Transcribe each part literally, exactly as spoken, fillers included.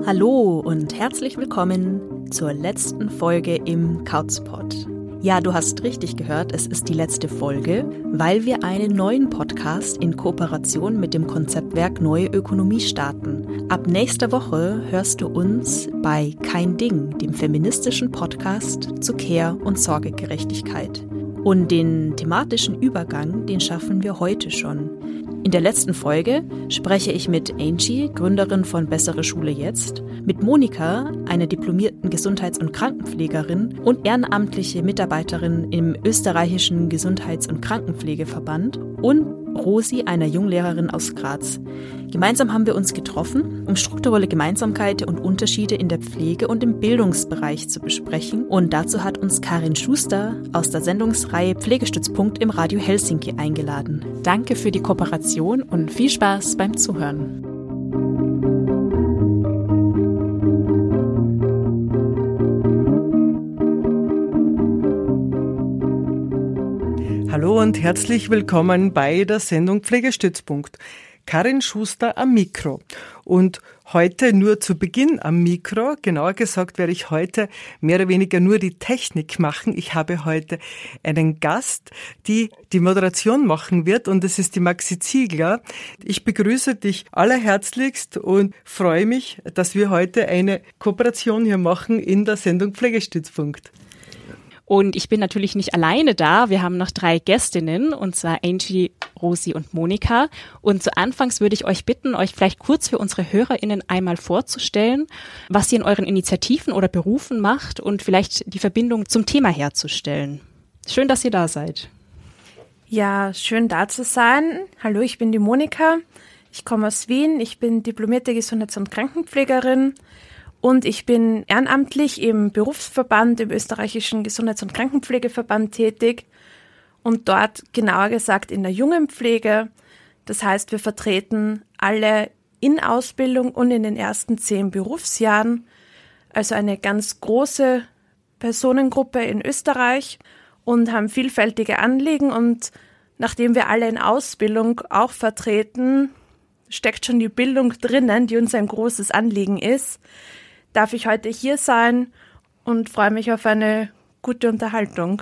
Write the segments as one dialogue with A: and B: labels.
A: Hallo und herzlich willkommen zur letzten Folge im Couchpod. Ja, du hast richtig gehört, es ist die letzte Folge, weil wir einen neuen Podcast in Kooperation mit dem Konzeptwerk Neue Ökonomie starten. Ab nächster Woche hörst du uns bei Kein Ding, dem feministischen Podcast zu Care- und Sorgegerechtigkeit. Und den thematischen Übergang, den schaffen wir heute schon. In der letzten Folge spreche ich mit Angie, Gründerin von Bessere Schule Jetzt, mit Monika, einer diplomierten Gesundheits- und Krankenpflegerin und ehrenamtliche Mitarbeiterin im österreichischen Gesundheits- und Krankenpflegeverband, und Rosi, einer Junglehrerin aus Graz. Gemeinsam haben wir uns getroffen, um strukturelle Gemeinsamkeiten und Unterschiede in der Pflege und im Bildungsbereich zu besprechen. Und dazu hat uns Karin Schuster aus der Sendungsreihe Pflegestützpunkt im Radio Helsinki eingeladen. Danke für die Kooperation und viel Spaß beim Zuhören.
B: Hallo und herzlich willkommen bei der Sendung Pflegestützpunkt. Karin Schuster am Mikro. Und heute nur zu Beginn am Mikro, genauer gesagt werde ich heute mehr oder weniger nur die Technik machen. Ich habe heute einen Gast, die die Moderation machen wird, und es ist die Maxi Ziegler. Ich begrüße dich allerherzlichst und freue mich, dass wir heute eine Kooperation hier machen in der Sendung Pflegestützpunkt.
A: Und ich bin natürlich nicht alleine da. Wir haben noch drei Gästinnen, und zwar Angie, Rosi und Monika. Und zu Anfangs würde ich euch bitten, euch vielleicht kurz für unsere HörerInnen einmal vorzustellen, was ihr in euren Initiativen oder Berufen macht und vielleicht die Verbindung zum Thema herzustellen. Schön, dass ihr da seid.
C: Ja, schön da zu sein. Hallo, ich bin die Monika. Ich komme aus Wien. Ich bin diplomierte Gesundheits- und Krankenpflegerin. Und ich bin ehrenamtlich im Berufsverband, im österreichischen Gesundheits- und Krankenpflegeverband tätig und dort genauer gesagt in der Jungenpflege. Das heißt, wir vertreten alle in Ausbildung und in den ersten zehn Berufsjahren, also eine ganz große Personengruppe in Österreich, und haben vielfältige Anliegen. Und nachdem wir alle in Ausbildung auch vertreten, steckt schon die Bildung drinnen, die uns ein großes Anliegen ist. Darf ich heute hier sein und freue mich auf eine gute Unterhaltung.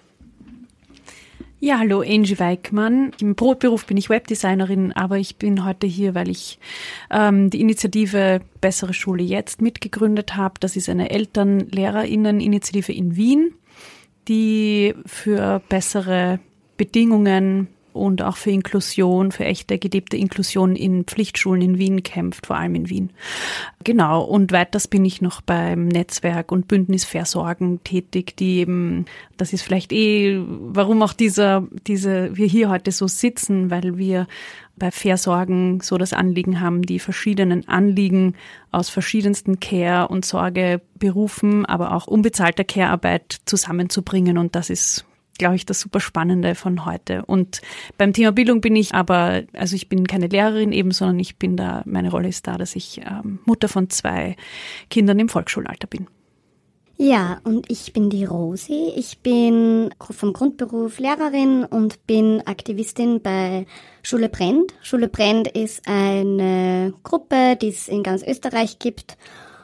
D: Ja, hallo, Angie Weickmann. Im Brotberuf bin ich Webdesignerin, aber ich bin heute hier, weil ich ähm, die Initiative Bessere Schule Jetzt mitgegründet habe. Das ist eine Eltern-LehrerInnen-Initiative in Wien, die für bessere Bedingungen und auch für Inklusion, für echte gelebte Inklusion in Pflichtschulen in Wien kämpft, vor allem in Wien. Genau, und weiters bin ich noch beim Netzwerk und Bündnis Versorgen tätig, die eben, das ist vielleicht eh, warum auch dieser, diese, wir hier heute so sitzen, weil wir bei Versorgen so das Anliegen haben, die verschiedenen Anliegen aus verschiedensten Care- und Sorgeberufen, aber auch unbezahlter Care-Arbeit zusammenzubringen, und das ist, glaube ich, das super Spannende von heute. Und beim Thema Bildung bin ich aber, also ich bin keine Lehrerin eben, sondern ich bin da, meine Rolle ist da, dass ich ähm, Mutter von zwei Kindern im Volksschulalter bin.
E: Ja, und ich bin die Rosi. Ich bin vom Grundberuf Lehrerin und bin Aktivistin bei Schule brennt. Schule brennt ist eine Gruppe, die es in ganz Österreich gibt.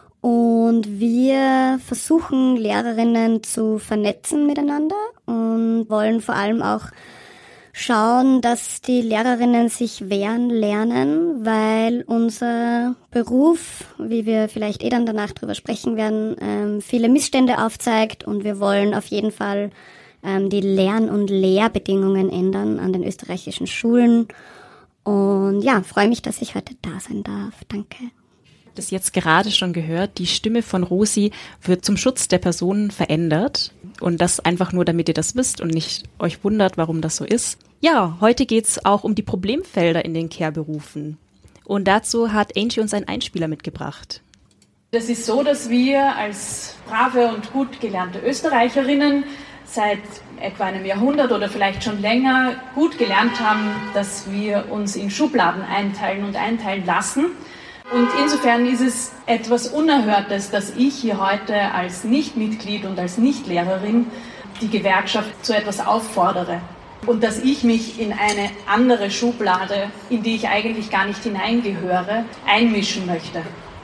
E: Und wir versuchen, Lehrerinnen zu vernetzen miteinander und wollen vor allem auch schauen, dass die Lehrerinnen sich wehren lernen, weil unser Beruf, wie wir vielleicht eh dann danach drüber sprechen werden, ähm, viele Missstände aufzeigt, und wir wollen auf jeden Fall ähm, die Lern- und Lehrbedingungen ändern an den österreichischen Schulen. Und ja, freue mich, dass ich heute da sein darf. Danke.
A: Das jetzt gerade schon gehört, die Stimme von Rosi wird zum Schutz der Personen verändert, und das einfach nur, damit ihr das wisst und nicht euch wundert, warum das so ist. Ja, heute geht's auch um die Problemfelder in den Care-Berufen, und dazu hat Angie uns einen Einspieler mitgebracht.
F: Das ist so, dass wir als brave und gut gelernte Österreicherinnen seit etwa einem Jahrhundert oder vielleicht schon länger gut gelernt haben, dass wir uns in Schubladen einteilen und einteilen lassen. Und insofern ist es etwas Unerhörtes, dass ich hier heute als Nichtmitglied und als Nichtlehrerin die Gewerkschaft zu etwas auffordere. Und dass ich mich in eine andere Schublade, in die ich eigentlich gar nicht hineingehöre, einmischen möchte.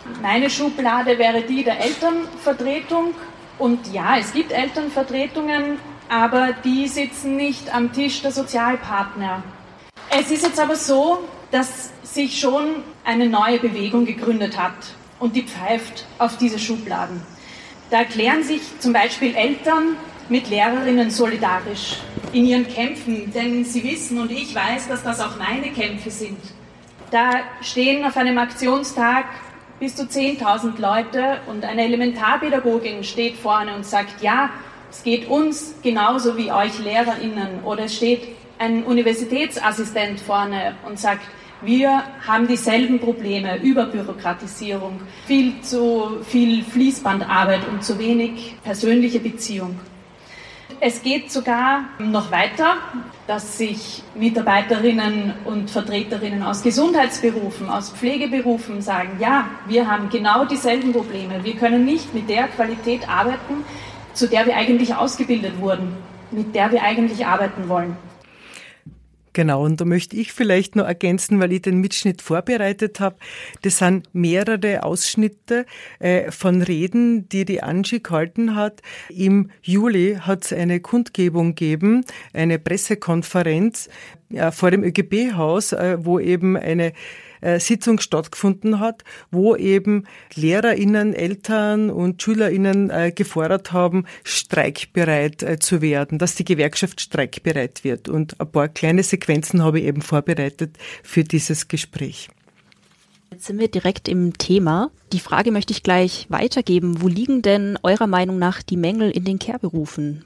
F: Meine Schublade wäre die der Elternvertretung. Und ja, es gibt Elternvertretungen, aber die sitzen nicht am Tisch der Sozialpartner. Es ist jetzt aber so, dass sich schon eine neue Bewegung gegründet hat und die pfeift auf diese Schubladen. Da erklären sich zum Beispiel Eltern mit Lehrerinnen solidarisch in ihren Kämpfen, denn sie wissen und ich weiß, dass das auch meine Kämpfe sind. Da stehen auf einem Aktionstag bis zu zehntausend Leute und eine Elementarpädagogin steht vorne und sagt, ja, es geht uns genauso wie euch LehrerInnen. Oder es steht ein Universitätsassistent vorne und sagt, wir haben dieselben Probleme, Überbürokratisierung, viel zu viel Fließbandarbeit und zu wenig persönliche Beziehung. Es geht sogar noch weiter, dass sich Mitarbeiterinnen und Vertreterinnen aus Gesundheitsberufen, aus Pflegeberufen sagen, ja, wir haben genau dieselben Probleme. Wir können nicht mit der Qualität arbeiten, zu der wir eigentlich ausgebildet wurden, mit der wir eigentlich arbeiten wollen.
B: Genau, und da möchte ich vielleicht noch ergänzen, weil ich den Mitschnitt vorbereitet habe. Das sind mehrere Ausschnitte äh, von Reden, die die Angie gehalten hat. Im Juli hat es eine Kundgebung gegeben, eine Pressekonferenz äh, vor dem ÖGB-Haus, äh, wo eben eine Sitzung stattgefunden hat, wo eben LehrerInnen, Eltern und SchülerInnen äh, gefordert haben, streikbereit äh, zu werden, dass die Gewerkschaft streikbereit wird. Und ein paar kleine Sequenzen habe ich eben vorbereitet für dieses Gespräch.
A: Jetzt sind wir direkt im Thema. Die Frage möchte ich gleich weitergeben. Wo liegen denn eurer Meinung nach die Mängel in den Care-Berufen?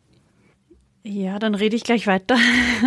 D: Ja, dann rede ich gleich weiter.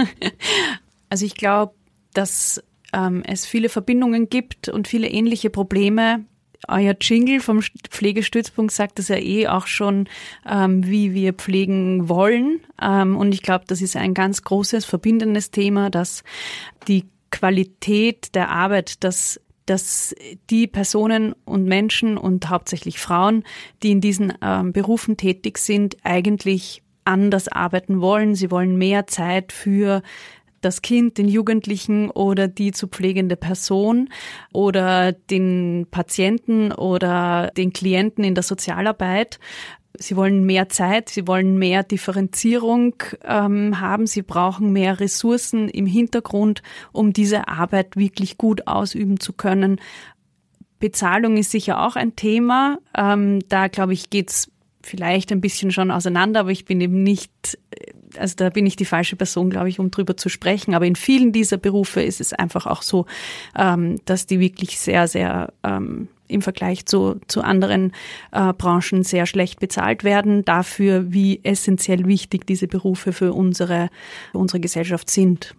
D: Also ich glaube, dass ähm, es viele Verbindungen gibt und viele ähnliche Probleme. Euer Jingle vom Pflegestützpunkt sagt das ja eh auch schon, ähm, wie wir pflegen wollen. Ähm, und ich glaube, das ist ein ganz großes, verbindendes Thema, dass die Qualität der Arbeit, dass dass die Personen und Menschen und hauptsächlich Frauen, die in diesen ähm, Berufen tätig sind, eigentlich anders arbeiten wollen. Sie wollen mehr Zeit für das Kind, den Jugendlichen oder die zu pflegende Person oder den Patienten oder den Klienten in der Sozialarbeit. Sie wollen mehr Zeit, sie wollen mehr Differenzierung ähm, haben, sie brauchen mehr Ressourcen im Hintergrund, um diese Arbeit wirklich gut ausüben zu können. Bezahlung ist sicher auch ein Thema. Ähm, da, glaube ich, geht's vielleicht ein bisschen schon auseinander, aber ich bin eben nicht, also da bin ich die falsche Person, glaube ich, um drüber zu sprechen. Aber in vielen dieser Berufe ist es einfach auch so, ähm, dass die wirklich sehr, sehr ähm, im Vergleich zu, zu anderen äh, Branchen sehr schlecht bezahlt werden, dafür, wie essentiell wichtig diese Berufe für unsere, für unsere Gesellschaft sind.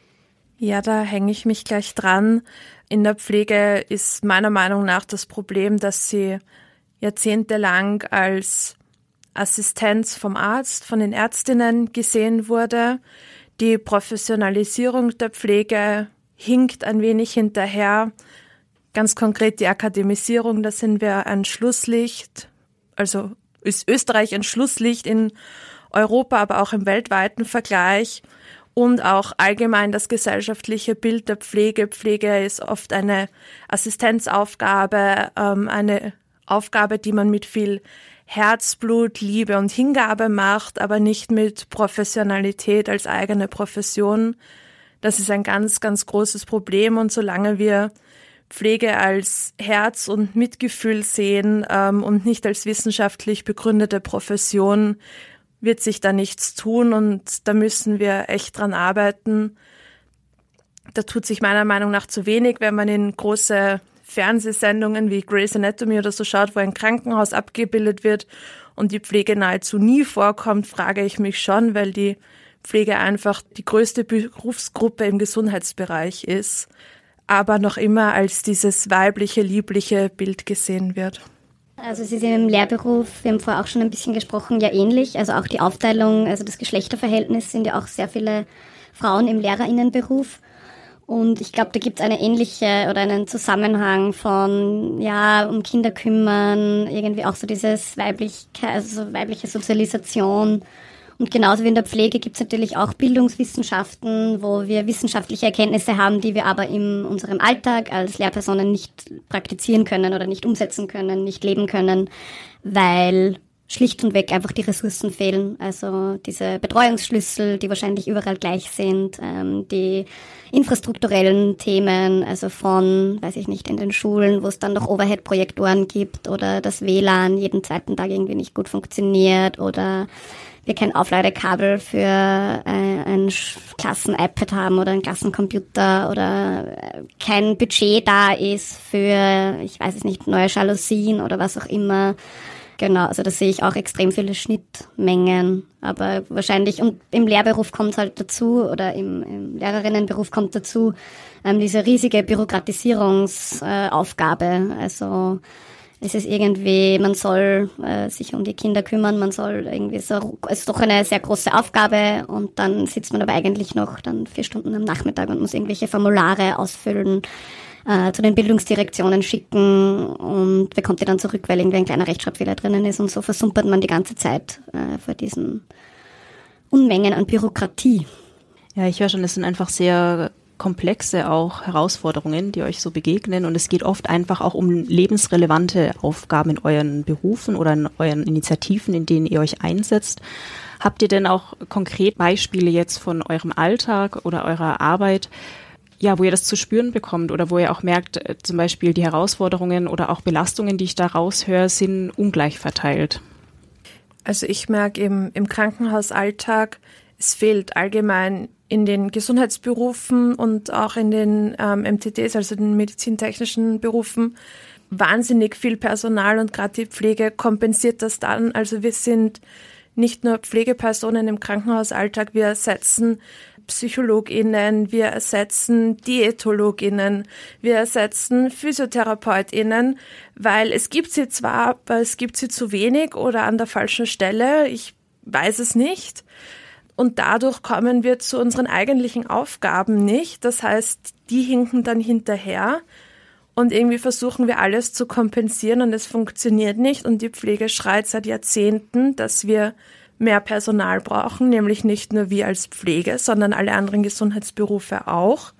C: Ja, da hänge ich mich gleich dran. In der Pflege ist meiner Meinung nach das Problem, dass sie jahrzehntelang als Assistenz vom Arzt, von den Ärztinnen gesehen wurde. Die Professionalisierung der Pflege hinkt ein wenig hinterher. Ganz konkret die Akademisierung, da sind wir ein Schlusslicht. Also ist Österreich ein Schlusslicht in Europa, aber auch im weltweiten Vergleich. Und auch allgemein das gesellschaftliche Bild der Pflege. Pflege ist oft eine Assistenzaufgabe, ähm, eine Aufgabe, die man mit viel Herzblut, Liebe und Hingabe macht, aber nicht mit Professionalität als eigene Profession. Das ist ein ganz, ganz großes Problem. Und solange wir Pflege als Herz und Mitgefühl sehen ähm, und nicht als wissenschaftlich begründete Profession, wird sich da nichts tun. Und da müssen wir echt dran arbeiten. Da tut sich meiner Meinung nach zu wenig, wenn man in große Fernsehsendungen wie Grey's Anatomy oder so schaut, wo ein Krankenhaus abgebildet wird und die Pflege nahezu nie vorkommt, frage ich mich schon, weil die Pflege einfach die größte Berufsgruppe im Gesundheitsbereich ist, aber noch immer als dieses weibliche, liebliche Bild gesehen wird.
E: Also es ist im Lehrberuf, wir haben vorher auch schon ein bisschen gesprochen, ja ähnlich. Also auch die Aufteilung, also das Geschlechterverhältnis sind ja auch sehr viele Frauen im LehrerInnenberuf. Und ich glaube, da gibt es eine ähnliche oder einen Zusammenhang von, ja, um Kinder kümmern, irgendwie auch so dieses Weiblichkeit, also so weibliche Sozialisation Und genauso wie in der Pflege gibt es natürlich auch Bildungswissenschaften, wo wir wissenschaftliche Erkenntnisse haben, die wir aber in unserem Alltag als Lehrpersonen nicht praktizieren können oder nicht umsetzen können, nicht leben können, weil schlicht und weg einfach die Ressourcen fehlen. Also diese Betreuungsschlüssel, die wahrscheinlich überall gleich sind, ähm, die infrastrukturellen Themen, also von, weiß ich nicht, in den Schulen, wo es dann noch Overhead-Projektoren gibt oder das W L A N jeden zweiten Tag irgendwie nicht gut funktioniert oder wir kein Aufladekabel für äh, ein Klassen-iPad haben oder einen Klassencomputer oder äh, kein Budget da ist für, ich weiß es nicht, neue Jalousien oder was auch immer. Genau, also da sehe ich auch extrem viele Schnittmengen, aber wahrscheinlich, und im Lehrberuf kommt halt dazu, oder im, im Lehrerinnenberuf kommt dazu, ähm, diese riesige Bürokratisierungsaufgabe, äh, also es ist irgendwie, man soll äh, sich um die Kinder kümmern, man soll irgendwie so, es ist doch eine sehr große Aufgabe und dann sitzt man aber eigentlich noch dann vier Stunden am Nachmittag und muss irgendwelche Formulare ausfüllen, äh, zu den Bildungsdirektionen schicken und bekommt die dann zurück, weil irgendwie ein kleiner Rechtschreibfehler drinnen ist und so versumpert man die ganze Zeit äh, vor diesen Unmengen an Bürokratie.
A: Ja, ich höre schon, es sind einfach sehr komplexe auch Herausforderungen, die euch so begegnen und es geht oft einfach auch um lebensrelevante Aufgaben in euren Berufen oder in euren Initiativen, in denen ihr euch einsetzt. Habt ihr denn auch konkret Beispiele jetzt von eurem Alltag oder eurer Arbeit, ja, wo ihr das zu spüren bekommt oder wo ihr auch merkt, zum Beispiel die Herausforderungen oder auch Belastungen, die ich da raushöre, sind ungleich verteilt?
C: Also ich merke im, im Krankenhausalltag, es fehlt allgemein in den Gesundheitsberufen und auch in den ähm, M T Ts, also den medizintechnischen Berufen, wahnsinnig viel Personal und gerade die Pflege kompensiert das dann. Also wir sind nicht nur Pflegepersonen im Krankenhausalltag, wir ersetzen PsychologInnen, wir ersetzen DiätologInnen, wir ersetzen PhysiotherapeutInnen, weil es gibt sie zwar, aber es gibt sie zu wenig oder an der falschen Stelle, ich weiß es nicht. Und dadurch kommen wir zu unseren eigentlichen Aufgaben nicht. Das heißt, die hinken dann hinterher und irgendwie versuchen wir alles zu kompensieren und es funktioniert nicht. Und die Pflege schreit seit Jahrzehnten, dass wir mehr Personal brauchen, nämlich nicht nur wir als Pflege, sondern alle anderen Gesundheitsberufe auch.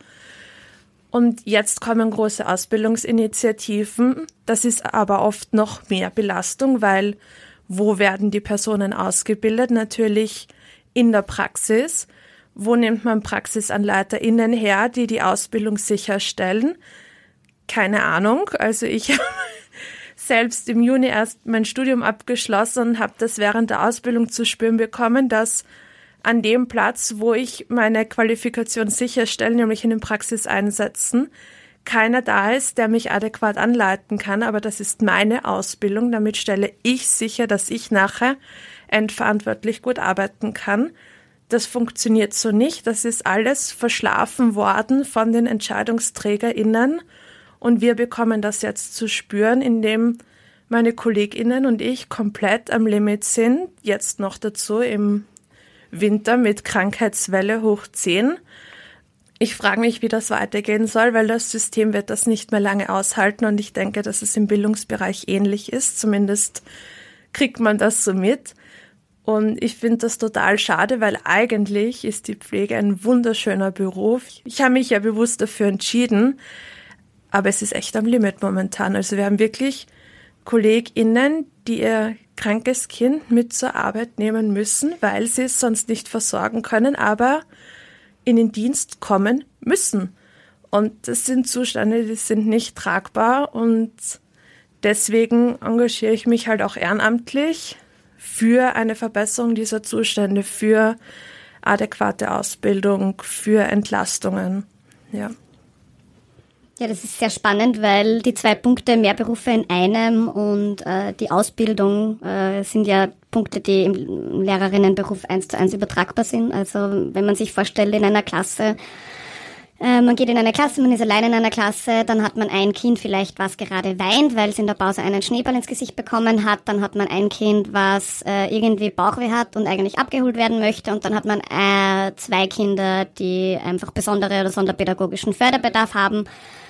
C: Und jetzt kommen große Ausbildungsinitiativen. Das ist aber oft noch mehr Belastung, weil wo werden die Personen ausgebildet? Natürlich in der Praxis. Wo nimmt man PraxisanleiterInnen her, die die Ausbildung sicherstellen? Keine Ahnung. Also ich habe selbst im Juni erst mein Studium abgeschlossen und habe das während der Ausbildung zu spüren bekommen, dass an dem Platz, wo ich meine Qualifikation sicherstelle, nämlich in den Praxiseinsätzen, keiner da ist, der mich adäquat anleiten kann. Aber das ist meine Ausbildung. Damit stelle ich sicher, dass ich nachher endverantwortlich gut arbeiten kann. Das funktioniert so nicht. Das ist alles verschlafen worden von den EntscheidungsträgerInnen. Und wir bekommen das jetzt zu spüren, indem meine KollegInnen und ich komplett am Limit sind. Jetzt noch dazu im Winter mit Krankheitswelle hoch zehn. Ich frage mich, wie das weitergehen soll, weil das System wird das nicht mehr lange aushalten. Und ich denke, dass es im Bildungsbereich ähnlich ist. Zumindest kriegt man das so mit. Und ich finde das total schade, weil eigentlich ist die Pflege ein wunderschöner Beruf. Ich habe mich ja bewusst dafür entschieden, aber es ist echt am Limit momentan. Also wir haben wirklich KollegInnen, die ihr krankes Kind mit zur Arbeit nehmen müssen, weil sie es sonst nicht versorgen können, aber in den Dienst kommen müssen. Und das sind Zustände, die sind nicht tragbar und deswegen engagiere ich mich halt auch ehrenamtlich für eine Verbesserung dieser Zustände, für adäquate Ausbildung, für Entlastungen. Ja.
E: Ja, das ist sehr spannend, weil die zwei Punkte, mehr Berufe in einem und äh, die Ausbildung äh, sind ja Punkte, die im Lehrerinnenberuf eins zu eins übertragbar sind. Also wenn man sich vorstellt, in einer Klasse, äh, man geht in eine Klasse, man ist allein in einer Klasse, dann hat man ein Kind vielleicht, was gerade weint, weil es in der Pause einen Schneeball ins Gesicht bekommen hat, dann hat man ein Kind, was äh, irgendwie Bauchweh hat und eigentlich abgeholt werden möchte und dann hat man äh, zwei Kinder, die einfach besondere oder sonderpädagogischen Förderbedarf haben.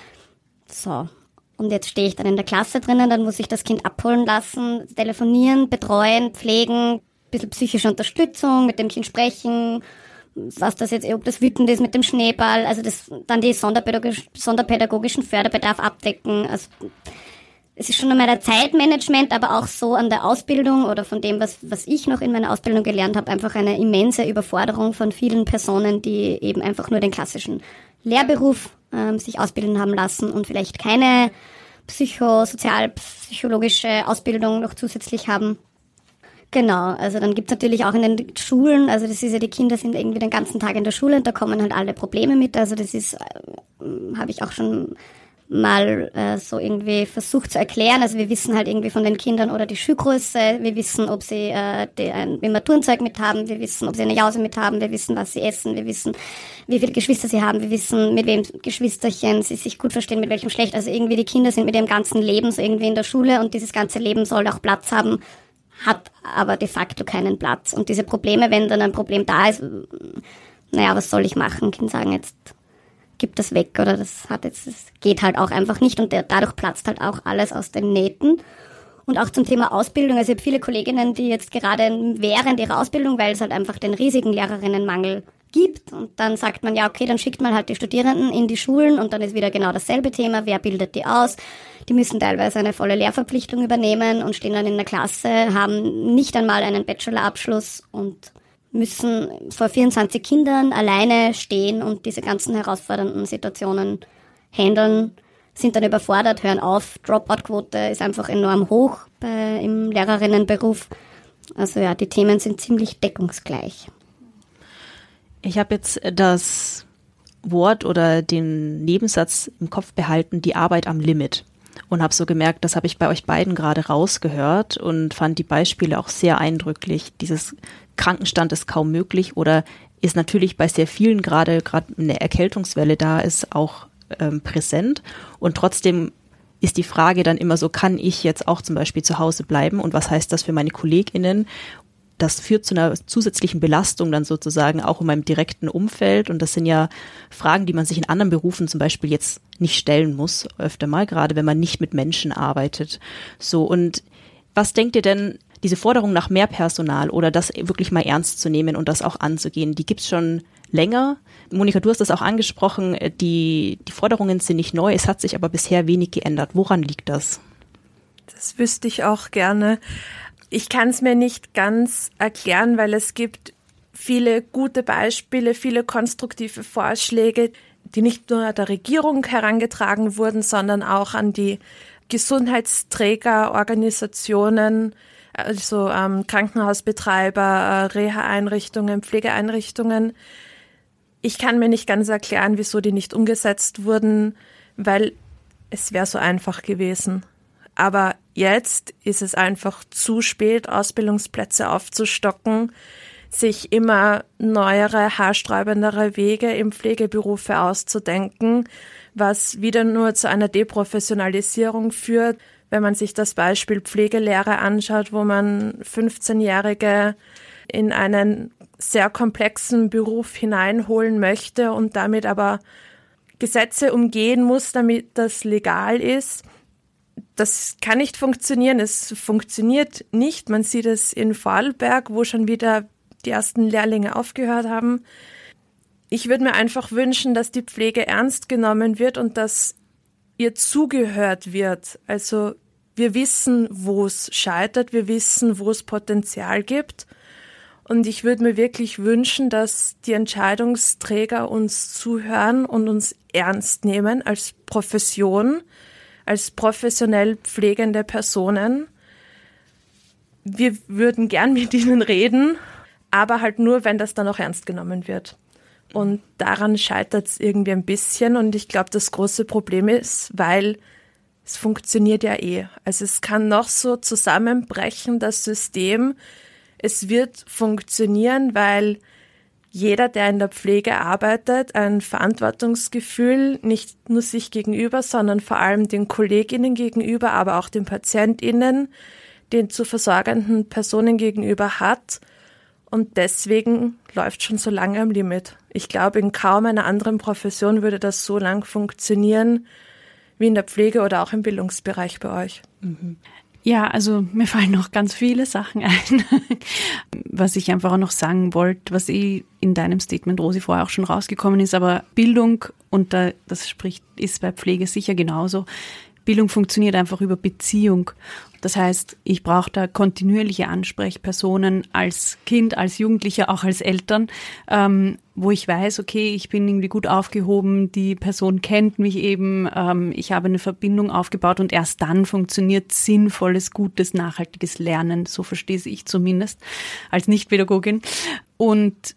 E: So, und jetzt stehe ich dann in der Klasse drinnen, dann muss ich das Kind abholen lassen, telefonieren, betreuen, pflegen, bisschen psychische Unterstützung, mit dem Kind sprechen, was das jetzt, ob das wütend ist mit dem Schneeball, also das dann die sonderpädagogisch, sonderpädagogischen Förderbedarf abdecken. Also es ist schon einmal der Zeitmanagement, aber auch so an der Ausbildung oder von dem, was, was ich noch in meiner Ausbildung gelernt habe, einfach eine immense Überforderung von vielen Personen, die eben einfach nur den klassischen Lehrberuf ähm, sich ausbilden haben lassen und vielleicht keine psychosozialpsychologische Ausbildung noch zusätzlich haben. Genau, also dann gibt's natürlich auch in den Schulen, also das ist ja, die Kinder sind irgendwie den ganzen Tag in der Schule und da kommen halt alle Probleme mit, also das ist, äh, habe ich auch schon mal äh, so irgendwie versucht zu erklären. Also wir wissen halt irgendwie von den Kindern oder die Schuhgröße, wir wissen, ob sie äh, die, ein Maturenzeug mit haben, wir wissen, ob sie eine Jause mit haben, wir wissen, was sie essen, wir wissen, wie viele Geschwister sie haben, wir wissen, mit wem Geschwisterchen sie sich gut verstehen, mit welchem schlecht. Also irgendwie die Kinder sind mit ihrem ganzen Leben so irgendwie in der Schule und dieses ganze Leben soll auch Platz haben, hat aber de facto keinen Platz. Und diese Probleme, wenn dann ein Problem da ist, naja, was soll ich machen? Kind sagen jetzt, gibt das weg oder das hat jetzt, das geht halt auch einfach nicht und der, dadurch platzt halt auch alles aus den Nähten. Und auch zum Thema Ausbildung, also ich habe viele Kolleginnen, die jetzt gerade während ihrer Ausbildung, weil es halt einfach den riesigen Lehrerinnenmangel gibt und dann sagt man, ja okay, dann schickt man halt die Studierenden in die Schulen und dann ist wieder genau dasselbe Thema, wer bildet die aus? Die müssen teilweise eine volle Lehrverpflichtung übernehmen und stehen dann in der Klasse, haben nicht einmal einen Bachelorabschluss und müssen vor vierundzwanzig Kindern alleine stehen und diese ganzen herausfordernden Situationen handeln, sind dann überfordert, hören auf. Dropout-Quote ist einfach enorm hoch bei, im Lehrerinnenberuf. Also ja, die Themen sind ziemlich deckungsgleich.
A: Ich habe jetzt das Wort oder den Nebensatz im Kopf behalten, die Arbeit am Limit. Und habe so gemerkt, das habe ich bei euch beiden gerade rausgehört und fand die Beispiele auch sehr eindrücklich. Dieses Krankenstand ist kaum möglich oder ist natürlich bei sehr vielen gerade, gerade eine Erkältungswelle da ist, auch ähm, präsent. Und trotzdem ist die Frage dann immer so, kann ich jetzt auch zum Beispiel zu Hause bleiben und was heißt das für meine KollegInnen? Das führt zu einer zusätzlichen Belastung dann sozusagen auch in meinem direkten Umfeld. Und das sind ja Fragen, die man sich in anderen Berufen zum Beispiel jetzt nicht stellen muss, öfter mal, gerade wenn man nicht mit Menschen arbeitet. So, und was denkt ihr denn, diese Forderung nach mehr Personal oder das wirklich mal ernst zu nehmen und das auch anzugehen, die gibt's schon länger? Monika, du hast das auch angesprochen, die, die Forderungen sind nicht neu, es hat sich aber bisher wenig geändert. Woran liegt das?
C: Das wüsste ich auch gerne. Ich kann es mir nicht ganz erklären, weil es gibt viele gute Beispiele, viele konstruktive Vorschläge, die nicht nur der Regierung herangetragen wurden, sondern auch an die Gesundheitsträgerorganisationen, also ähm, Krankenhausbetreiber, äh, Reha-Einrichtungen, Pflegeeinrichtungen. Ich kann mir nicht ganz erklären, wieso die nicht umgesetzt wurden, weil es wäre so einfach gewesen. Aber jetzt ist es einfach zu spät, Ausbildungsplätze aufzustocken, sich immer neuere, haarsträubendere Wege im Pflegeberufe auszudenken, was wieder nur zu einer Deprofessionalisierung führt. Wenn man sich das Beispiel Pflegelehre anschaut, wo man fünfzehnjährige in einen sehr komplexen Beruf hineinholen möchte und damit aber Gesetze umgehen muss, damit das legal ist. Das kann nicht funktionieren. Es funktioniert nicht. Man sieht es in Vorarlberg, wo schon wieder die ersten Lehrlinge aufgehört haben. Ich würde mir einfach wünschen, dass die Pflege ernst genommen wird und dass ihr zugehört wird. Also wir wissen, wo es scheitert, wir wissen, wo es Potenzial gibt. Und ich würde mir wirklich wünschen, dass die Entscheidungsträger uns zuhören und uns ernst nehmen als Profession, als professionell pflegende Personen. Wir würden gern mit ihnen reden, aber halt nur, wenn das dann auch ernst genommen wird. Und daran scheitert es irgendwie ein bisschen. Und ich glaube, das große Problem ist, weil es funktioniert ja eh. Also es kann noch so zusammenbrechen, das System. Es wird funktionieren, weil jeder, der in der Pflege arbeitet, ein Verantwortungsgefühl nicht nur sich gegenüber, sondern vor allem den KollegInnen gegenüber, aber auch den PatientInnen, den zu versorgenden Personen gegenüber hat. Und deswegen läuft schon so lange am Limit. Ich glaube, in kaum einer anderen Profession würde das so lang funktionieren wie in der Pflege oder auch im Bildungsbereich bei euch.
A: Mhm.
D: Ja, also mir fallen noch ganz viele Sachen ein, was ich einfach auch noch sagen wollte, was eh in deinem Statement, Rosi, vorher auch schon rausgekommen ist, aber Bildung, und da, das spricht, ist bei Pflege sicher genauso, Bildung funktioniert einfach über Beziehung. Das heißt, ich brauche da kontinuierliche Ansprechpersonen als Kind, als Jugendlicher, auch als Eltern, ähm, wo ich weiß, okay, ich bin irgendwie gut aufgehoben, die Person kennt mich eben, ähm, ich habe eine Verbindung aufgebaut und erst dann funktioniert sinnvolles, gutes, nachhaltiges Lernen. So verstehe ich zumindest als Nichtpädagogin. Und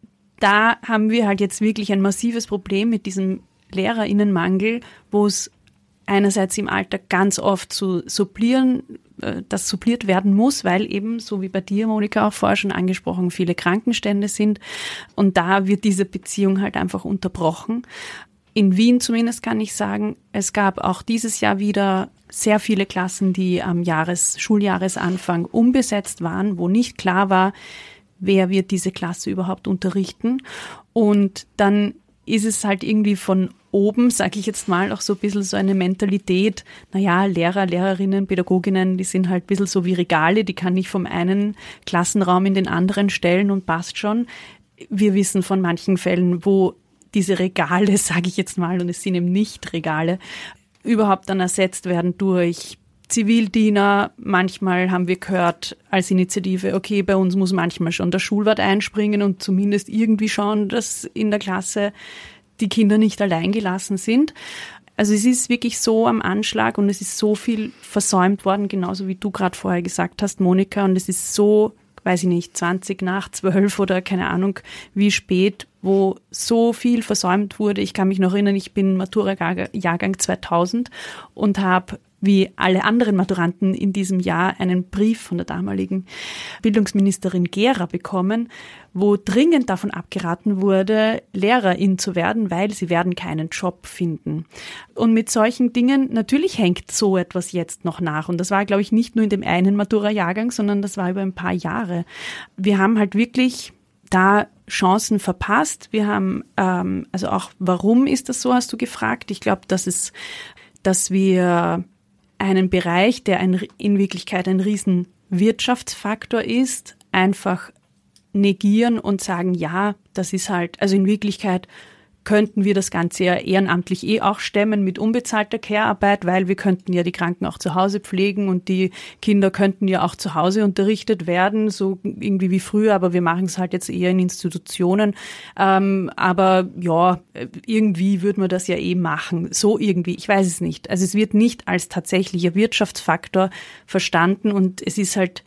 D: da haben wir halt jetzt wirklich ein massives Problem mit diesem LehrerInnenmangel, wo es einerseits im Alltag ganz oft zu supplieren, das suppliert werden muss, weil eben, so wie bei dir, Monika, auch vorher schon angesprochen, viele Krankenstände sind. Und da wird diese Beziehung halt einfach unterbrochen. In Wien zumindest kann ich sagen, es gab auch dieses Jahr wieder sehr viele Klassen, die am Jahres-, Schuljahresanfang unbesetzt waren, wo nicht klar war, wer wird diese Klasse überhaupt unterrichten. Und dann ist es halt irgendwie von oben, sage ich jetzt mal, auch so ein bisschen so eine Mentalität, naja, Lehrer, Lehrerinnen, Pädagoginnen, die sind halt ein bisschen so wie Regale, die kann ich vom einen Klassenraum in den anderen stellen und passt schon. Wir wissen von manchen Fällen, wo diese Regale, sage ich jetzt mal, und es sind eben nicht Regale, überhaupt dann ersetzt werden durch Zivildiener. Manchmal haben wir gehört als Initiative, okay, bei uns muss manchmal schon der Schulwart einspringen und zumindest irgendwie schauen, dass in der Klasse die Kinder nicht allein gelassen sind. Also es ist wirklich so am Anschlag und es ist so viel versäumt worden, genauso wie du gerade vorher gesagt hast, Monika, und es ist so, weiß ich nicht, zwanzig nach zwölf oder keine Ahnung wie spät, wo so viel versäumt wurde. Ich kann mich noch erinnern, ich bin Matura-Jahrgang zweitausend und habe wie alle anderen Maturanten in diesem Jahr einen Brief von der damaligen Bildungsministerin Gera bekommen, wo dringend davon abgeraten wurde, Lehrerin zu werden, weil sie werden keinen Job finden. Und mit solchen Dingen, natürlich hängt so etwas jetzt noch nach. Und das war, glaube ich, nicht nur in dem einen Matura-Jahrgang, sondern das war über ein paar Jahre. Wir haben halt wirklich da Chancen verpasst. Wir haben, ähm, also auch, warum ist das so, hast du gefragt? Ich glaube, dass es, dass wir einen Bereich, der ein, in Wirklichkeit ein riesen Wirtschaftsfaktor ist, einfach negieren und sagen, ja, das ist halt, also in Wirklichkeit könnten wir das Ganze ja ehrenamtlich eh auch stemmen mit unbezahlter Care-Arbeit, weil wir könnten ja die Kranken auch zu Hause pflegen und die Kinder könnten ja auch zu Hause unterrichtet werden, so irgendwie wie früher, aber wir machen es halt jetzt eher in Institutionen. Ähm, aber ja, irgendwie würde man das ja eh machen, so irgendwie, ich weiß es nicht. Also es wird nicht als tatsächlicher Wirtschaftsfaktor verstanden und es ist halt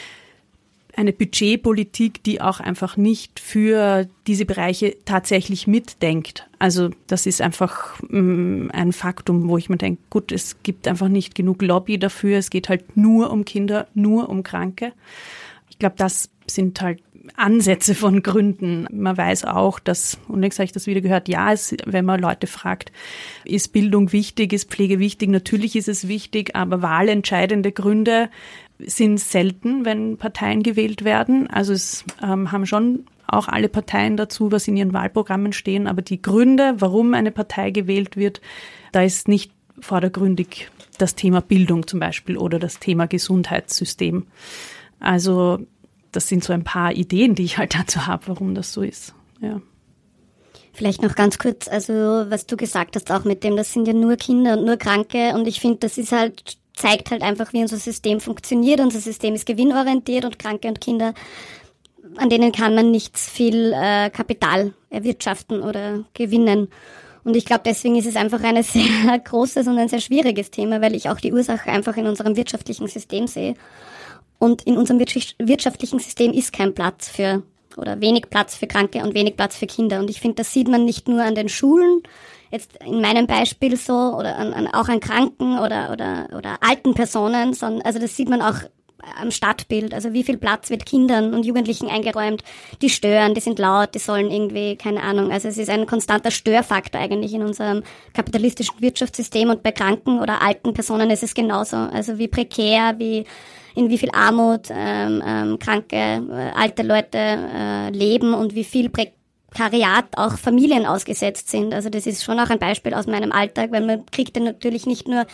D: eine Budgetpolitik, die auch einfach nicht für diese Bereiche tatsächlich mitdenkt. Also das ist einfach ähm, ein Faktum, wo ich mir denke, gut, es gibt einfach nicht genug Lobby dafür. Es geht halt nur um Kinder, nur um Kranke. Ich glaube, das sind halt Ansätze von Gründen. Man weiß auch, dass, und jetzt habe ich das wieder gehört, ja, es, wenn man Leute fragt, ist Bildung wichtig, ist Pflege wichtig? Natürlich ist es wichtig, aber wahlentscheidende Gründe sind selten, wenn Parteien gewählt werden. Also es ähm, haben schon auch alle Parteien dazu, was in ihren Wahlprogrammen stehen. Aber die Gründe, warum eine Partei gewählt wird, da ist nicht vordergründig das Thema Bildung zum Beispiel oder das Thema Gesundheitssystem. Also das sind so ein paar Ideen, die ich halt dazu habe, warum das so ist. Ja.
E: Vielleicht noch ganz kurz, also was du gesagt hast auch mit dem, das sind ja nur Kinder und nur Kranke und ich finde, das ist halt zeigt halt einfach, wie unser System funktioniert. Unser System ist gewinnorientiert und Kranke und Kinder, an denen kann man nicht viel äh, Kapital erwirtschaften oder gewinnen. Und ich glaube, deswegen ist es einfach ein sehr großes und ein sehr schwieriges Thema, weil ich auch die Ursache einfach in unserem wirtschaftlichen System sehe. Und in unserem wirtschaftlichen System ist kein Platz für, oder wenig Platz für Kranke und wenig Platz für Kinder. Und ich finde, das sieht man nicht nur an den Schulen, jetzt in meinem Beispiel so, oder an, an, auch an Kranken oder, oder, oder alten Personen, sondern, also das sieht man auch am Stadtbild. Also wie viel Platz wird Kindern und Jugendlichen eingeräumt, die stören, die sind laut, die sollen irgendwie, keine Ahnung. Also es ist ein konstanter Störfaktor eigentlich in unserem kapitalistischen Wirtschaftssystem und bei Kranken oder alten Personen ist es genauso. Also wie prekär, wie in wie viel Armut ähm, ähm, kranke, äh, alte Leute äh, leben und wie viel Prekariat auch Familien ausgesetzt sind. Also das ist schon auch ein Beispiel aus meinem Alltag, weil man kriegt ja natürlich nicht nur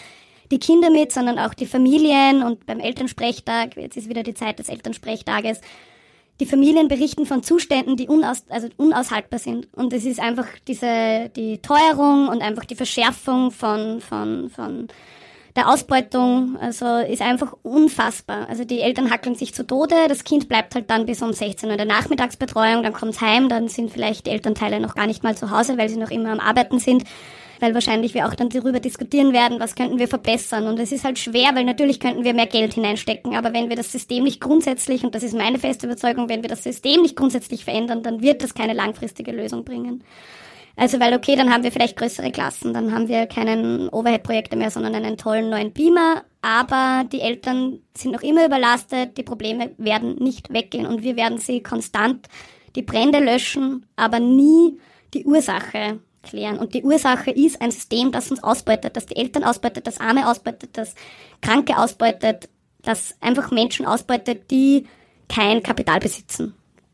E: die Kinder mit, sondern auch die Familien. Und beim Elternsprechtag, jetzt ist wieder die Zeit des Elternsprechtages, die Familien berichten von Zuständen, die unaus, also unaushaltbar sind. Und es ist einfach diese, die Teuerung und einfach die Verschärfung von, von, von der Ausbeutung, also ist einfach unfassbar. Also die Eltern hackeln sich zu Tode, das Kind bleibt halt dann bis um sechzehn Uhr in der Nachmittagsbetreuung, dann kommt's heim, dann sind vielleicht die Elternteile noch gar nicht mal zu Hause, weil sie noch immer am Arbeiten sind, weil wahrscheinlich wir auch dann darüber diskutieren werden, was könnten wir verbessern. Und es ist halt schwer, weil natürlich könnten wir mehr Geld hineinstecken, aber wenn wir das System nicht grundsätzlich, und das ist meine feste Überzeugung, wenn wir das System nicht grundsätzlich verändern, dann wird das keine langfristige Lösung bringen. Also weil okay, dann haben wir vielleicht größere Klassen, dann haben wir keinen Overhead-Projekte mehr, sondern einen tollen neuen Beamer, aber die Eltern sind noch immer überlastet, die Probleme werden nicht weggehen und wir werden sie konstant die Brände löschen, aber nie die Ursache klären. Und die Ursache ist ein System, das uns ausbeutet, das die Eltern ausbeutet, das Arme ausbeutet, das Kranke ausbeutet, das einfach Menschen ausbeutet, die kein Kapital besitzen.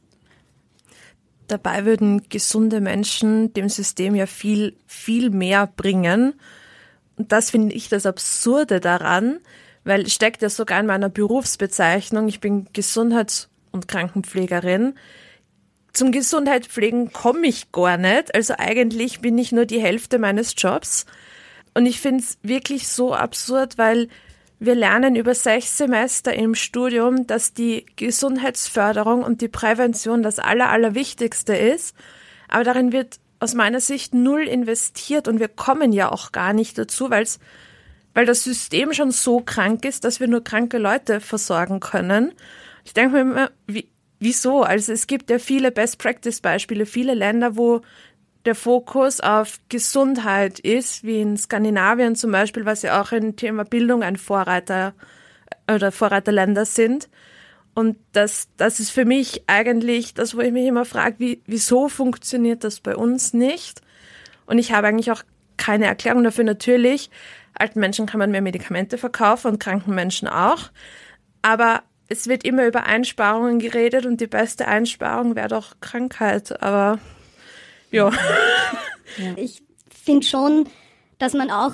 G: Dabei würden gesunde Menschen dem System ja viel, viel mehr bringen. Und das finde ich das Absurde daran, weil es steckt ja sogar in meiner Berufsbezeichnung, ich bin Gesundheits- und Krankenpflegerin. Zum Gesundheitspflegen komme ich gar nicht. Also eigentlich bin ich nur die Hälfte meines Jobs. Und ich finde es wirklich so absurd, weil wir lernen über sechs Semester im Studium, dass die Gesundheitsförderung und die Prävention das Aller, Allerwichtigste ist. Aber darin wird aus meiner Sicht null investiert und wir kommen ja auch gar nicht dazu, weil's, weil das System schon so krank ist, dass wir nur kranke Leute versorgen können. Ich denke mir immer, wie Wieso? Also es gibt ja viele Best-Practice-Beispiele, viele Länder, wo der Fokus auf Gesundheit ist, wie in Skandinavien zum Beispiel, was ja auch im Thema Bildung ein Vorreiter oder Vorreiterländer sind. Und das, das ist für mich eigentlich das, wo ich mich immer frage, wie, wieso funktioniert das bei uns nicht? Und ich habe eigentlich auch keine Erklärung dafür. Natürlich, alten Menschen kann man mehr Medikamente verkaufen und kranken Menschen auch. Aber es wird immer über Einsparungen geredet und die beste Einsparung wäre doch Krankheit, aber ja.
E: ja. Ich finde schon, dass man auch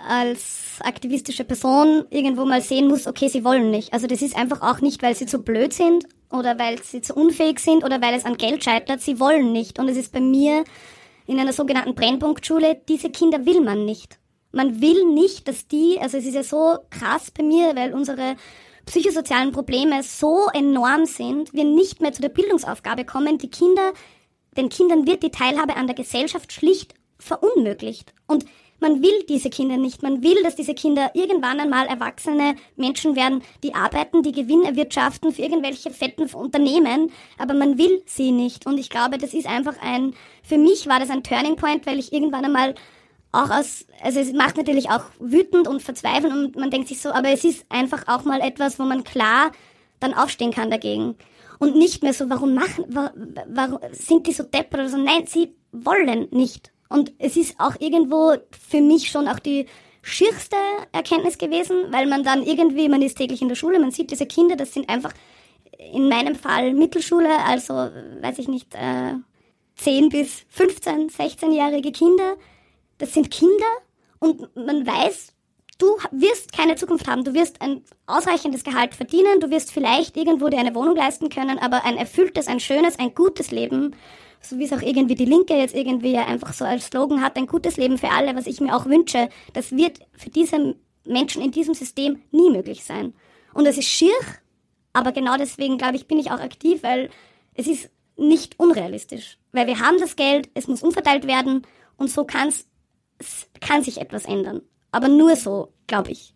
E: als aktivistische Person irgendwo mal sehen muss, okay, sie wollen nicht. Also das ist einfach auch nicht, weil sie zu blöd sind oder weil sie zu unfähig sind oder weil es an Geld scheitert, sie wollen nicht. Und es ist bei mir in einer sogenannten Brennpunktschule, diese Kinder will man nicht. Man will nicht, dass die, also es ist ja so krass bei mir, weil unsere psychosozialen Probleme so enorm sind, wir nicht mehr zu der Bildungsaufgabe kommen, die Kinder, den Kindern wird die Teilhabe an der Gesellschaft schlicht verunmöglicht. Und man will diese Kinder nicht. Man will, dass diese Kinder irgendwann einmal erwachsene Menschen werden, die arbeiten, die Gewinn erwirtschaften für irgendwelche fetten Unternehmen, aber man will sie nicht. Und ich glaube, das ist einfach ein, für mich war das ein Turning Point, weil ich irgendwann einmal auch aus, also es macht natürlich auch wütend und verzweifeln und man denkt sich so, aber es ist einfach auch mal etwas, wo man klar dann aufstehen kann dagegen. Und nicht mehr so, warum machen, warum sind die so deppert oder so? Nein, sie wollen nicht. Und es ist auch irgendwo für mich schon auch die schierste Erkenntnis gewesen, weil man dann irgendwie, man ist täglich in der Schule, man sieht diese Kinder, das sind einfach in meinem Fall Mittelschule, also weiß ich nicht, äh, zehn bis fünfzehn, sechzehnjährige Kinder. Das sind Kinder und man weiß, du wirst keine Zukunft haben. Du wirst ein ausreichendes Gehalt verdienen, du wirst vielleicht irgendwo dir eine Wohnung leisten können, aber ein erfülltes, ein schönes, ein gutes Leben, so wie es auch irgendwie die Linke jetzt irgendwie einfach so als Slogan hat, ein gutes Leben für alle, was ich mir auch wünsche, das wird für diese Menschen in diesem System nie möglich sein. Und das ist schier, aber genau deswegen, glaube ich, bin ich auch aktiv, weil es ist nicht unrealistisch. Weil wir haben das Geld, es muss umverteilt werden und so kann's, kann sich etwas ändern. Aber nur so, glaube ich.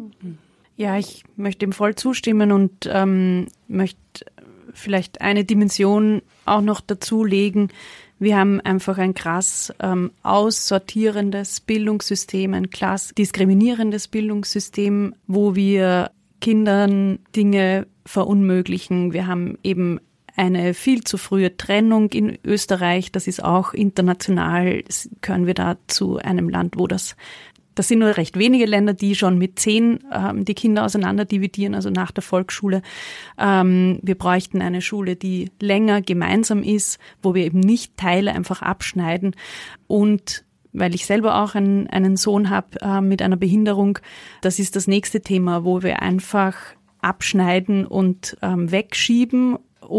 D: Ja, ich möchte ihm voll zustimmen und ähm, möchte vielleicht eine Dimension auch noch dazulegen. Wir haben einfach ein krass ähm, aussortierendes Bildungssystem, ein krass diskriminierendes Bildungssystem, wo wir Kindern Dinge verunmöglichen. Wir haben eben eine viel zu frühe Trennung in Österreich. Das ist auch international, gehören wir da zu einem Land, wo das Das sind nur recht wenige Länder, die schon mit zehn ähm, die Kinder auseinander dividieren, also nach der Volksschule. Ähm, wir bräuchten eine Schule, die länger gemeinsam ist, wo wir eben nicht Teile einfach abschneiden. Und weil ich selber auch einen, einen Sohn habe äh, mit einer Behinderung. Das ist das nächste Thema, wo wir einfach abschneiden und ähm, wegschieben.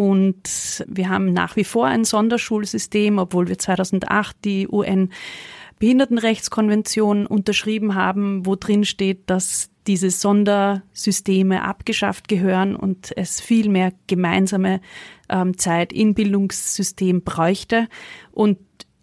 D: Und wir haben nach wie vor ein Sonderschulsystem, obwohl wir zweitausendacht die U N-Behindertenrechtskonvention unterschrieben haben, wo drin steht, dass diese Sondersysteme abgeschafft gehören und es viel mehr gemeinsame ähm, Zeit im Bildungssystem bräuchte. Und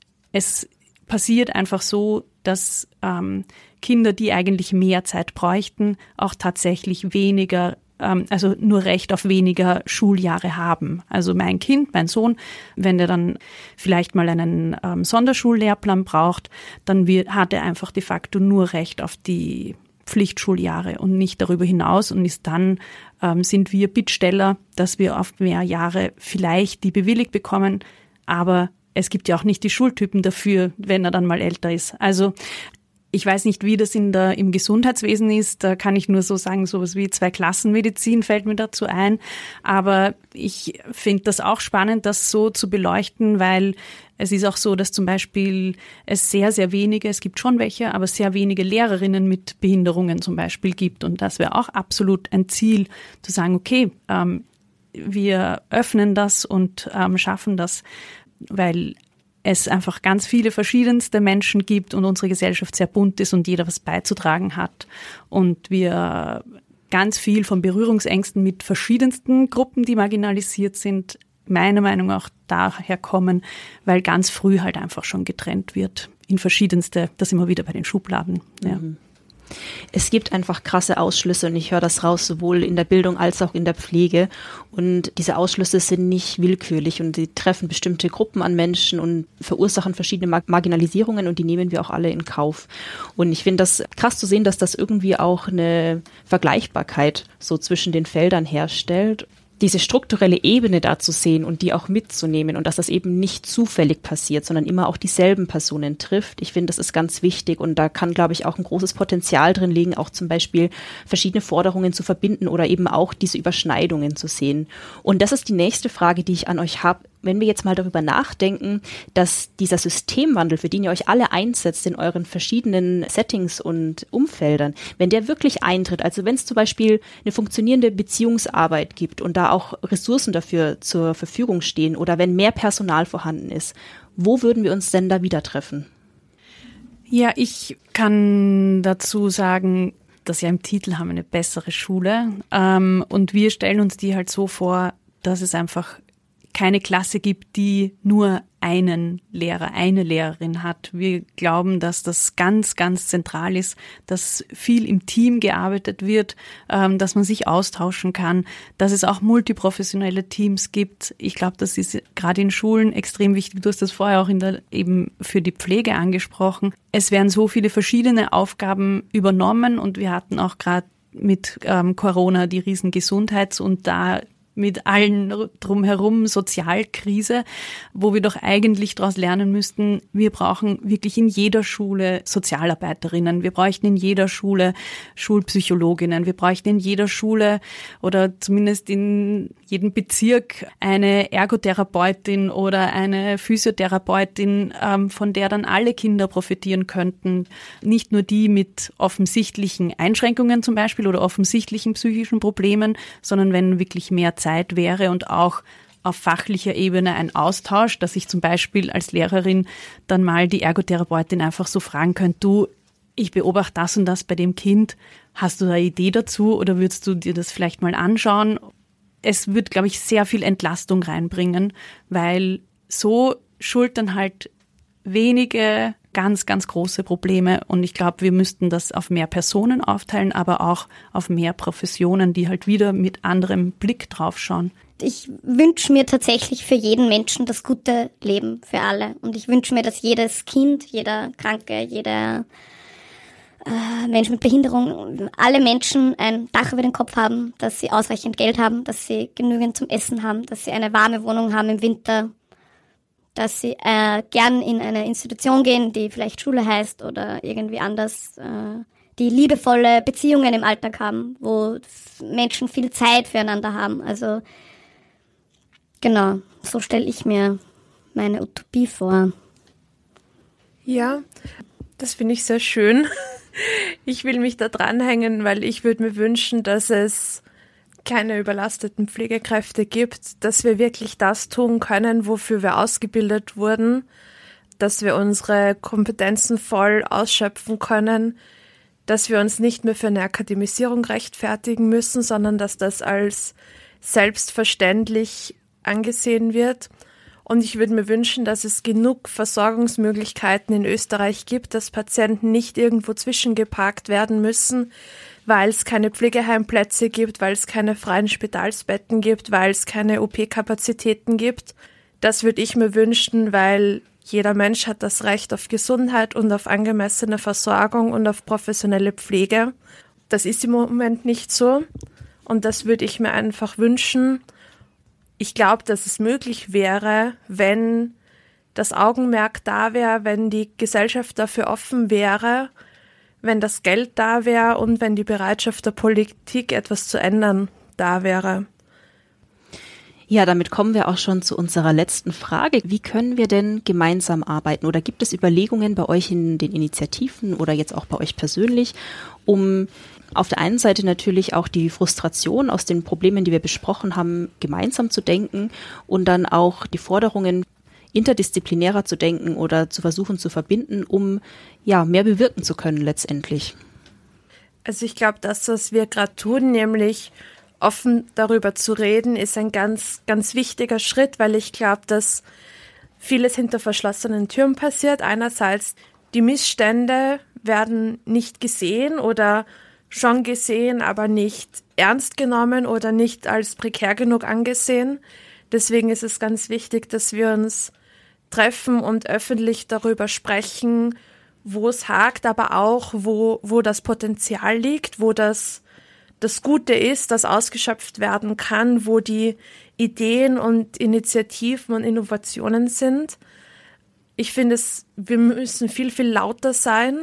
D: es passiert einfach so, dass ähm, Kinder, die eigentlich mehr Zeit bräuchten, auch tatsächlich weniger, ähm, also nur Recht auf weniger Schuljahre haben. Also mein Kind, mein Sohn, wenn der dann vielleicht mal einen ähm, Sonderschullehrplan braucht, dann wird, hat er einfach de facto nur Recht auf die Pflichtschuljahre und nicht darüber hinaus und ist dann, ähm, sind wir Bittsteller, dass wir auf mehr Jahre vielleicht die bewilligt bekommen, aber es gibt ja auch nicht die Schultypen dafür, wenn er dann mal älter ist. Also ich weiß nicht, wie das in der, im Gesundheitswesen ist, da kann ich nur so sagen, sowas wie Zwei-Klassen-Medizin fällt mir dazu ein, aber ich finde das auch spannend, das so zu beleuchten, weil es ist auch so, dass zum Beispiel es sehr, sehr wenige, es gibt schon welche, aber sehr wenige Lehrerinnen mit Behinderungen zum Beispiel gibt. Und das wäre auch absolut ein Ziel, zu sagen, okay, ähm, wir öffnen das und ähm, schaffen das, weil es einfach ganz viele verschiedenste Menschen gibt und unsere Gesellschaft sehr bunt ist und jeder was beizutragen hat. Und wir ganz viel von Berührungsängsten mit verschiedensten Gruppen, die marginalisiert sind, meiner Meinung nach auch daher kommen, weil ganz früh halt einfach schon getrennt wird in verschiedenste, das immer wieder bei den Schubladen. Ja.
A: Mhm. Es gibt einfach krasse Ausschlüsse und ich höre das raus, sowohl in der Bildung als auch in der Pflege. Und diese Ausschlüsse sind nicht willkürlich und sie treffen bestimmte Gruppen an Menschen und verursachen verschiedene Mar- Marginalisierungen und die nehmen wir auch alle in Kauf. Und ich finde das krass zu sehen, dass das irgendwie auch eine Vergleichbarkeit so zwischen den Feldern herstellt. Diese strukturelle Ebene da zu sehen und die auch mitzunehmen und dass das eben nicht zufällig passiert, sondern immer auch dieselben Personen trifft. Ich finde, das ist ganz wichtig und da kann, glaube ich, auch ein großes Potenzial drin liegen, auch zum Beispiel verschiedene Forderungen zu verbinden oder eben auch diese Überschneidungen zu sehen. Und das ist die nächste Frage, die ich an euch habe. Wenn wir jetzt mal darüber nachdenken, dass dieser Systemwandel, für den ihr euch alle einsetzt in euren verschiedenen Settings und Umfeldern, wenn der wirklich eintritt, also wenn es zum Beispiel eine funktionierende Beziehungsarbeit gibt und da auch Ressourcen dafür zur Verfügung stehen oder wenn mehr Personal vorhanden ist, wo würden wir uns denn da wieder treffen?
D: Ja, ich kann dazu sagen, dass ja im Titel haben wir eine bessere Schule ähm, und wir stellen uns die halt so vor, dass es einfach keine Klasse gibt, die nur einen Lehrer, eine Lehrerin hat. Wir glauben, dass das ganz, ganz zentral ist, dass viel im Team gearbeitet wird, ähm, dass man sich austauschen kann, dass es auch multiprofessionelle Teams gibt. Ich glaube, das ist gerade in Schulen extrem wichtig. Du hast das vorher auch in der, eben für die Pflege angesprochen. Es werden so viele verschiedene Aufgaben übernommen und wir hatten auch gerade mit ähm, Corona die riesen Gesundheits- und da mit allen drumherum Sozialkrise, wo wir doch eigentlich daraus lernen müssten, wir brauchen wirklich in jeder Schule Sozialarbeiterinnen, wir bräuchten in jeder Schule Schulpsychologinnen, wir bräuchten in jeder Schule oder zumindest in jedem Bezirk eine Ergotherapeutin oder eine Physiotherapeutin, ähm, von der dann alle Kinder profitieren könnten. Nicht nur die mit offensichtlichen Einschränkungen zum Beispiel oder offensichtlichen psychischen Problemen, sondern wenn wirklich mehr Zeit wäre und auch auf fachlicher Ebene ein Austausch, dass ich zum Beispiel als Lehrerin dann mal die Ergotherapeutin einfach so fragen könnte, du, ich beobachte das und das bei dem Kind, hast du da eine Idee dazu oder würdest du dir das vielleicht mal anschauen? Es wird, glaube ich, sehr viel Entlastung reinbringen, weil so schultern halt wenige ganz, ganz große Probleme und ich glaube, wir müssten das auf mehr Personen aufteilen, aber auch auf mehr Professionen, die halt wieder mit anderem Blick drauf schauen.
E: Ich wünsche mir tatsächlich für jeden Menschen das gute Leben für alle und ich wünsche mir, dass jedes Kind, jeder Kranke, jeder äh, Mensch mit Behinderung, alle Menschen ein Dach über den Kopf haben, dass sie ausreichend Geld haben, dass sie genügend zum Essen haben, dass sie eine warme Wohnung haben im Winter, dass sie äh, gern in eine Institution gehen, die vielleicht Schule heißt oder irgendwie anders, äh, die liebevolle Beziehungen im Alltag haben, wo Menschen viel Zeit füreinander haben. Also genau, so stelle ich mir meine Utopie vor.
C: Ja,
G: Das finde ich sehr schön. Ich will mich da dranhängen, weil ich würde mir wünschen, dass es keine überlasteten Pflegekräfte gibt, dass wir wirklich das tun können, wofür wir ausgebildet wurden, dass wir unsere Kompetenzen voll ausschöpfen können, dass wir uns nicht mehr für eine Akademisierung rechtfertigen müssen, sondern dass das als selbstverständlich angesehen wird. Und ich würde mir wünschen, dass es genug Versorgungsmöglichkeiten in Österreich gibt, dass Patienten nicht irgendwo zwischengeparkt werden müssen, weil es keine Pflegeheimplätze gibt, weil es keine freien Spitalsbetten gibt, weil es keine O P-Kapazitäten gibt. Das würde ich mir wünschen, weil jeder Mensch hat das Recht auf Gesundheit und auf angemessene Versorgung und auf professionelle Pflege. Das ist im Moment nicht so und das würde ich mir einfach wünschen. Ich glaube, dass es möglich wäre, wenn das Augenmerk da wäre, wenn die Gesellschaft dafür offen wäre, wenn das Geld da wäre und wenn die Bereitschaft der Politik, etwas zu ändern, da wäre.
A: Ja, damit kommen wir auch schon zu unserer letzten Frage. Wie können wir denn gemeinsam arbeiten? Oder gibt es Überlegungen bei euch in den Initiativen oder jetzt auch bei euch persönlich, um auf der einen Seite natürlich auch die Frustration aus den Problemen, die wir besprochen haben, gemeinsam zu denken und dann auch die Forderungen interdisziplinärer zu denken oder zu versuchen zu verbinden, um ja mehr bewirken zu können letztendlich?
G: Also ich glaube, das, was wir gerade tun, nämlich offen darüber zu reden, ist ein ganz, ganz wichtiger Schritt, weil ich glaube, dass vieles hinter verschlossenen Türen passiert. Einerseits, die Missstände werden nicht gesehen oder schon gesehen, aber nicht ernst genommen oder nicht als prekär genug angesehen. Deswegen ist es ganz wichtig, dass wir uns treffen und öffentlich darüber sprechen, wo es hakt, aber auch, wo, wo das Potenzial liegt, wo das, das Gute ist, das ausgeschöpft werden kann, wo die Ideen und Initiativen und Innovationen sind. Ich finde es, wir müssen viel, viel lauter sein,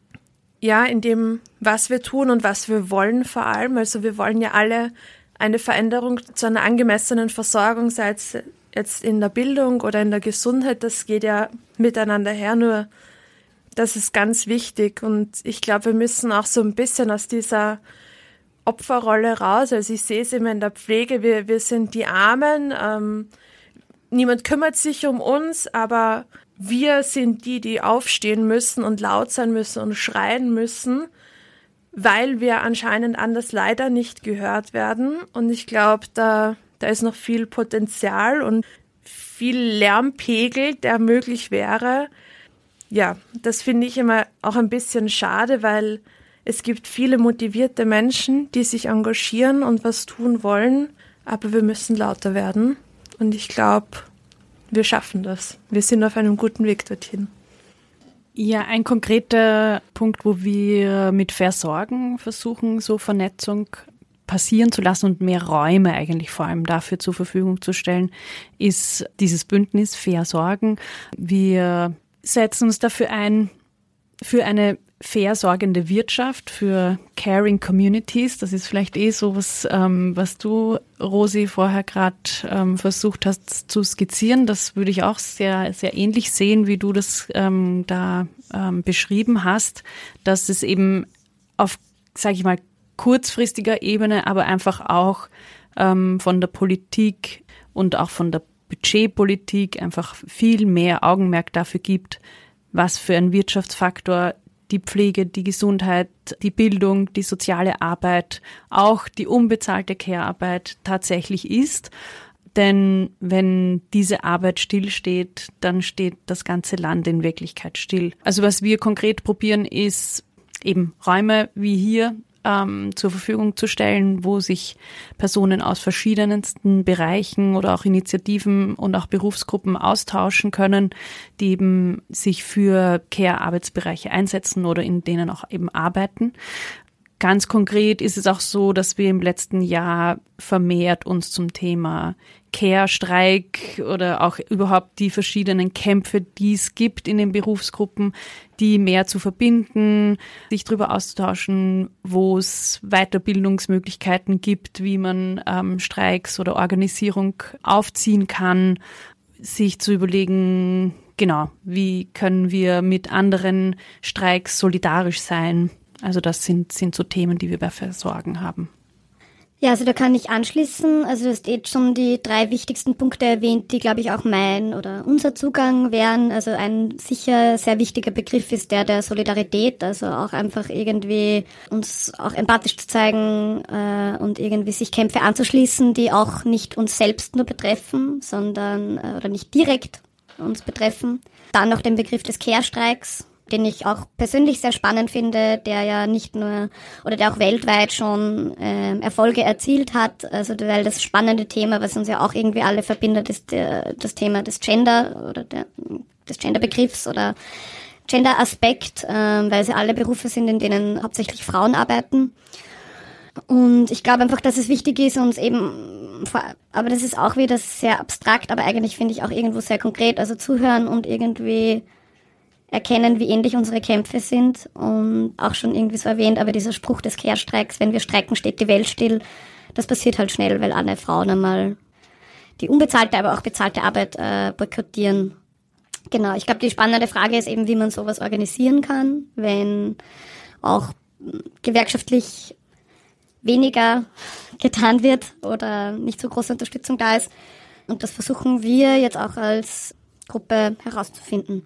G: ja, in dem, was wir tun und was wir wollen vor allem. Also wir wollen ja alle eine Veränderung zu einer angemessenen Versorgung, sei es jetzt in der Bildung oder in der Gesundheit, das geht ja miteinander her, nur das ist ganz wichtig und ich glaube, wir müssen auch so ein bisschen aus dieser Opferrolle raus, also ich sehe es immer in der Pflege, wir, wir sind die Armen, ähm, niemand kümmert sich um uns, aber wir sind die, die aufstehen müssen und laut sein müssen und schreien müssen, weil wir anscheinend anders leider nicht gehört werden. Und ich glaube, da, da ist noch viel Potenzial und viel Lärmpegel, der möglich wäre. Ja, das finde ich immer auch ein bisschen schade, weil es gibt viele motivierte Menschen, die sich engagieren und was tun wollen, aber wir müssen lauter werden. Und ich glaube, wir schaffen das. Wir sind auf einem guten Weg dorthin.
D: Ja, ein konkreter Punkt, wo wir mit Versorgen versuchen, so Vernetzung passieren zu lassen und mehr Räume eigentlich vor allem dafür zur Verfügung zu stellen, ist dieses Bündnis Versorgen. Wir setzen uns dafür ein, für eine versorgende Wirtschaft, für Caring Communities. Das ist vielleicht eh so was, ähm, was du, Rosi, vorher gerade ähm, versucht hast zu skizzieren. Das würde ich auch sehr, sehr ähnlich sehen, wie du das ähm, da ähm, beschrieben hast, dass es eben auf, sage ich mal, kurzfristiger Ebene, aber einfach auch ähm, von der Politik und auch von der Budgetpolitik einfach viel mehr Augenmerk dafür gibt, was für ein Wirtschaftsfaktor die Pflege, die Gesundheit, die Bildung, die soziale Arbeit, auch die unbezahlte Care-Arbeit tatsächlich ist. Denn wenn diese Arbeit stillsteht, dann steht das ganze Land in Wirklichkeit still. Also was wir konkret probieren, ist eben Räume wie hier ähm, zur Verfügung zu stellen, wo sich Personen aus verschiedensten Bereichen oder auch Initiativen und auch Berufsgruppen austauschen können, die eben sich für Care-Arbeitsbereiche einsetzen oder in denen auch eben arbeiten. Ganz konkret ist es auch so, dass wir im letzten Jahr vermehrt uns zum Thema Care, Streik oder auch überhaupt die verschiedenen Kämpfe, die es gibt in den Berufsgruppen, die mehr zu verbinden, sich darüber auszutauschen, wo es Weiterbildungsmöglichkeiten gibt, wie man ähm, Streiks oder Organisierung aufziehen kann, sich zu überlegen, genau, wie können wir mit anderen Streiks solidarisch sein. Also das sind, sind so Themen, die wir bei Versorgen haben.
E: Ja, also da kann ich anschließen. Also du hast jetzt schon die drei wichtigsten Punkte erwähnt, die, glaube ich, auch mein oder unser Zugang wären. Also ein sicher sehr wichtiger Begriff ist der der Solidarität. Also auch einfach irgendwie uns auch empathisch zu zeigen äh, und irgendwie sich Kämpfe anzuschließen, die auch nicht uns selbst nur betreffen, sondern äh, oder nicht direkt uns betreffen. Dann noch den Begriff des Care-Streiks, den ich auch persönlich sehr spannend finde, der ja nicht nur oder der auch weltweit schon äh, Erfolge erzielt hat. Also weil das spannende Thema, was uns ja auch irgendwie alle verbindet, ist der, das Thema des Gender oder der, des Genderbegriffs oder Gender-Aspekt, äh, weil es ja alle Berufe sind, in denen hauptsächlich Frauen arbeiten. Und ich glaube einfach, dass es wichtig ist, uns eben, aber das ist auch wieder sehr abstrakt, aber eigentlich finde ich auch irgendwo sehr konkret, also zuhören und irgendwie erkennen, wie ähnlich unsere Kämpfe sind und auch schon irgendwie so erwähnt, aber dieser Spruch des Care-Streiks, wenn wir streiken, steht die Welt still, das passiert halt schnell, weil alle Frauen einmal die unbezahlte, aber auch bezahlte Arbeit äh, boykottieren. Genau, ich glaube, die spannende Frage ist eben, wie man sowas organisieren kann, wenn auch gewerkschaftlich weniger getan wird oder nicht so große Unterstützung da ist. Und das versuchen wir jetzt auch als Gruppe herauszufinden.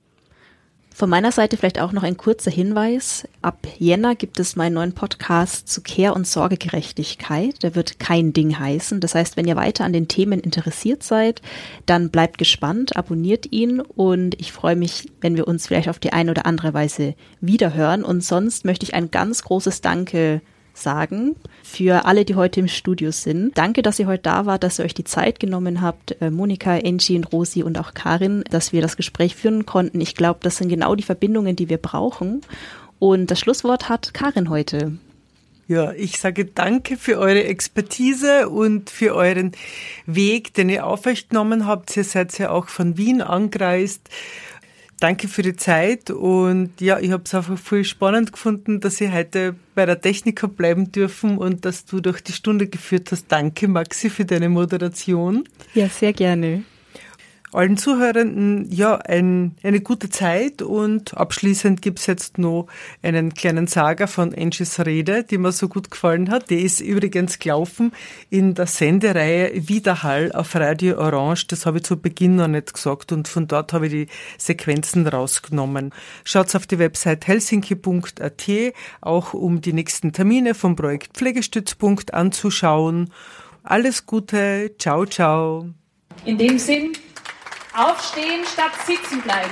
A: Von meiner Seite vielleicht auch noch ein kurzer Hinweis. Ab Jänner gibt es meinen neuen Podcast zu Care- und Sorgegerechtigkeit. Der wird Kein Ding heißen. Das heißt, wenn ihr weiter an den Themen interessiert seid, dann bleibt gespannt, abonniert ihn und ich freue mich, wenn wir uns vielleicht auf die eine oder andere Weise wiederhören. Und sonst möchte ich ein ganz großes Danke sagen für alle, die heute im Studio sind. Danke, dass ihr heute da wart, dass ihr euch die Zeit genommen habt, äh, Monika, Angie und Rosi und auch Karin, dass wir das Gespräch führen konnten. Ich glaube, das sind genau die Verbindungen, die wir brauchen. Und das Schlusswort hat Karin heute.
B: Ja, ich sage danke für eure Expertise und für euren Weg, den ihr auf euch genommen habt. Ihr seid ja auch von Wien angereist. Danke für die Zeit und ja, ich habe es einfach voll spannend gefunden, dass Sie heute bei der Techniker bleiben dürfen und dass du durch die Stunde geführt hast. Danke, Maxi, für deine Moderation.
A: Ja, sehr gerne.
B: Allen Zuhörenden, ja, ein, eine gute Zeit und abschließend gibt's jetzt noch einen kleinen Sager von Angies Rede, die mir so gut gefallen hat. Die ist übrigens gelaufen in der Sendereihe Widerhall auf Radio Orange. Das habe ich zu Beginn noch nicht gesagt und von dort habe ich die Sequenzen rausgenommen. Schaut's auf die Website helsinki punkt a t, auch um die nächsten Termine vom Projekt Pflegestützpunkt anzuschauen. Alles Gute, ciao, ciao.
F: In dem Sinn, aufstehen statt sitzen bleiben.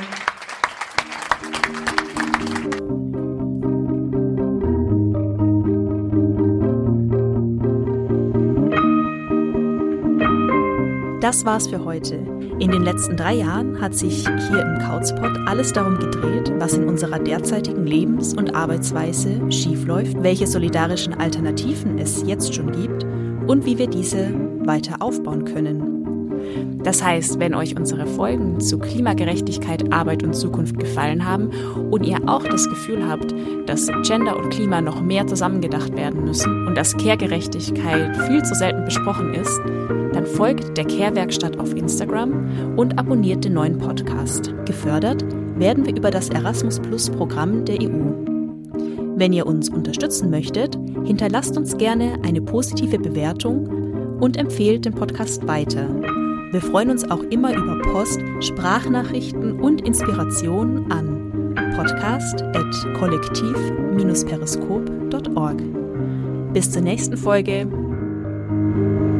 A: Das war's für heute. In den letzten drei Jahren hat sich hier im Couchpot alles darum gedreht, was in unserer derzeitigen Lebens- und Arbeitsweise schiefläuft, welche solidarischen Alternativen es jetzt schon gibt und wie wir diese weiter aufbauen können. Das heißt, wenn euch unsere Folgen zu Klimagerechtigkeit, Arbeit und Zukunft gefallen haben und ihr auch das Gefühl habt, dass Gender und Klima noch mehr zusammengedacht werden müssen und dass Care-Gerechtigkeit viel zu selten besprochen ist, dann folgt der Care-Werkstatt auf Instagram und abonniert den neuen Podcast. Gefördert werden wir über das Erasmus-Plus-Programm der E U. Wenn ihr uns unterstützen möchtet, hinterlasst uns gerne eine positive Bewertung und empfehlt den Podcast weiter. Wir freuen uns auch immer über Post, Sprachnachrichten und Inspirationen an podcast at kollektiv Bindestrich periskop punkt org. Bis zur nächsten Folge.